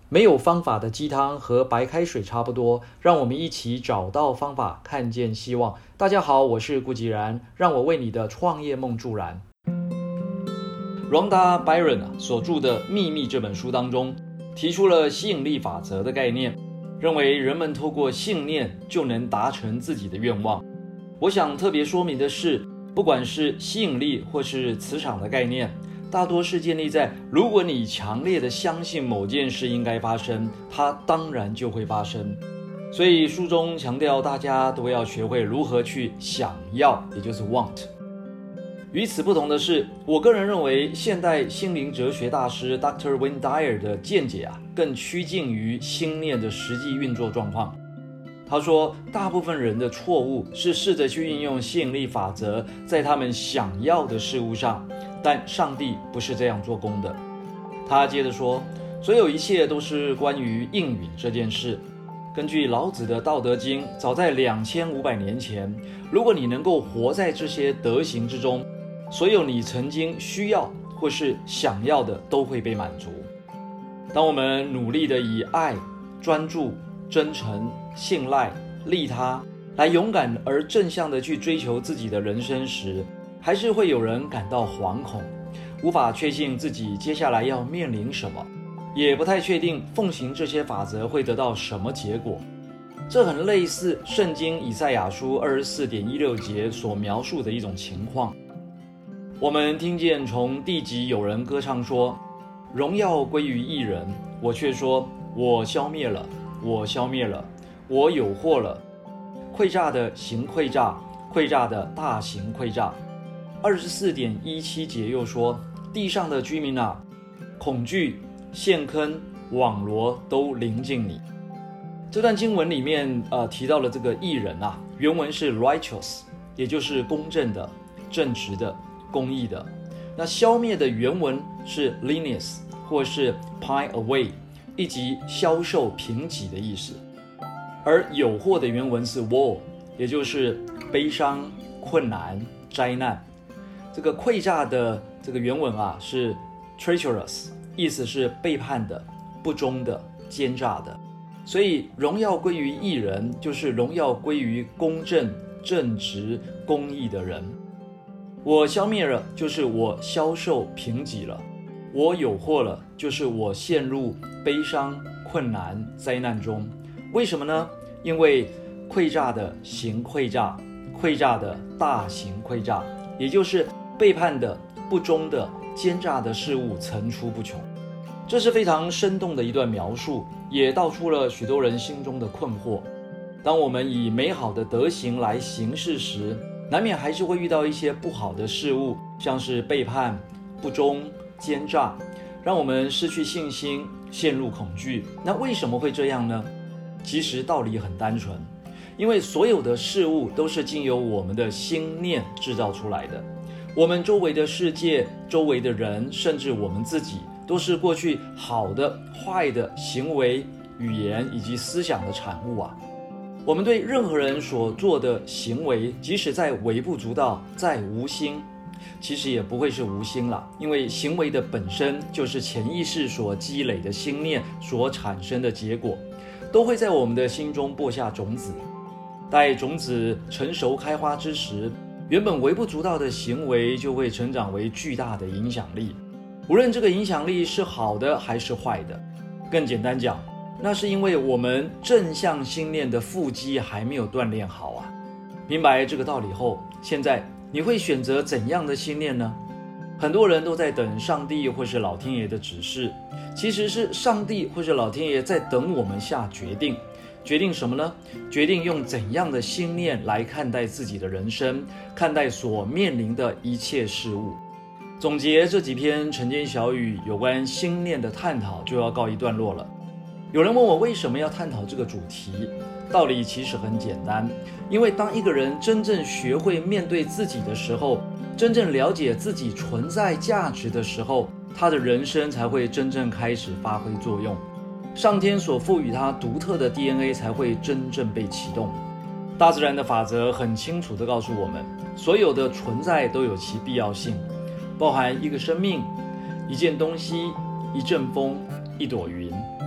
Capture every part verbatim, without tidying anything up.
没有方法的鸡汤和白开水差不多，让我们一起找到方法，看见希望。大家好，我是顾吉然，让我为你的创业梦助燃。Rhonda Byrne 所著的《秘密》这本书当中，提出了吸引力法则的概念，认为人们透过信念就能达成自己的愿望。我想特别说明的是，不管是吸引力或是磁场的概念，大多是建立在如果你强烈的相信某件事应该发生，它当然就会发生。所以书中强调大家都要学会如何去想要，也就是 want。 与此不同的是，我个人认为现代心灵哲学大师 Doctor Wayne Dyer 的见解啊，更趋近于心念的实际运作状况。他说，大部分人的错误是试着去运用吸引力法则在他们想要的事物上，但上帝不是这样做工的。他接着说，所有一切都是关于应允这件事。根据老子的《道德经》，早在两千五百年前，如果你能够活在这些德行之中，所有你曾经需要或是想要的都会被满足。当我们努力的以爱、专注、真诚、信赖、利他来勇敢而正向的去追求自己的人生时，还是会有人感到惶恐，无法确信自己接下来要面临什么，也不太确定奉行这些法则会得到什么结果。这很类似圣经以赛亚书 二十四点一六 节所描述的一种情况。我们听见从地极有人歌唱说，荣耀归于一人，我却说，我消灭了，我消灭了，我有祸了。诡诈的行诡诈，诡诈的大行诡诈。二十四点一七 节又说，地上的居民啊，恐惧、陷坑、网罗都临近你。这段经文里面呃提到了这个义人啊，原文是 righteous， 也就是公正的、正直的、公义的。那消灭的原文是 leanness 或是 pine away， 以及消瘦贫瘠的意思。而有祸的原文是 woe， 也就是悲伤、困难、灾难。这个诡诈的这个原文啊是 treacherous， 意思是背叛的、不忠的、奸诈的。所以荣耀归于义人，就是荣耀归于公正、正直、公义的人。我消灭了，就是我消瘦贫瘠了；我有祸了，就是我陷入悲伤、困难、灾难中。为什么呢？因为诡诈的行诡诈，诡诈的大行诡诈，也就是背叛的、不忠的、奸诈的事物层出不穷。这是非常生动的一段描述，也道出了许多人心中的困惑。当我们以美好的德行来行事时，难免还是会遇到一些不好的事物，像是背叛、不忠、奸诈，让我们失去信心，陷入恐惧。那为什么会这样呢？其实道理很单纯，因为所有的事物都是经由我们的心念制造出来的。我们周围的世界、周围的人，甚至我们自己，都是过去好的、坏的行为、语言以及思想的产物啊。我们对任何人所做的行为，即使再微不足道、再无心，其实也不会是无心了，因为行为的本身就是潜意识所积累的心念所产生的结果，都会在我们的心中播下种子。待种子成熟开花之时，原本微不足道的行为就会成长为巨大的影响力，无论这个影响力是好的还是坏的。更简单讲，那是因为我们正向心念的腹肌还没有锻炼好啊。明白这个道理后，现在你会选择怎样的心念呢？很多人都在等上帝或是老天爷的指示，其实是上帝或是老天爷在等我们下决定。决定什么呢？决定用怎样的心念来看待自己的人生，看待所面临的一切事物。总结这几篇晨间小语有关心念的探讨就要告一段落了。有人问我为什么要探讨这个主题，道理其实很简单，因为当一个人真正学会面对自己的时候，真正了解自己存在价值的时候，他的人生才会真正开始发挥作用，上天所赋予他独特的 D N A 才会真正被启动。大自然的法则很清楚地告诉我们，所有的存在都有其必要性，包含一个生命、一件东西、一阵风、一朵云。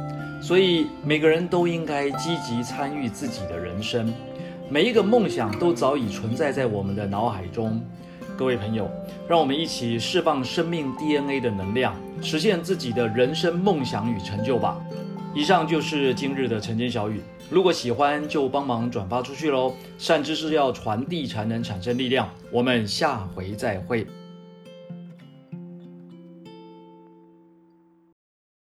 所以每个人都应该积极参与自己的人生，每一个梦想都早已存在在我们的脑海中。各位朋友，让我们一起释放生命 D N A 的能量，实现自己的人生梦想与成就吧。以上就是今日的晨间小语，如果喜欢就帮忙转发出去咯。善知识要传递才能产生力量，我们下回再会。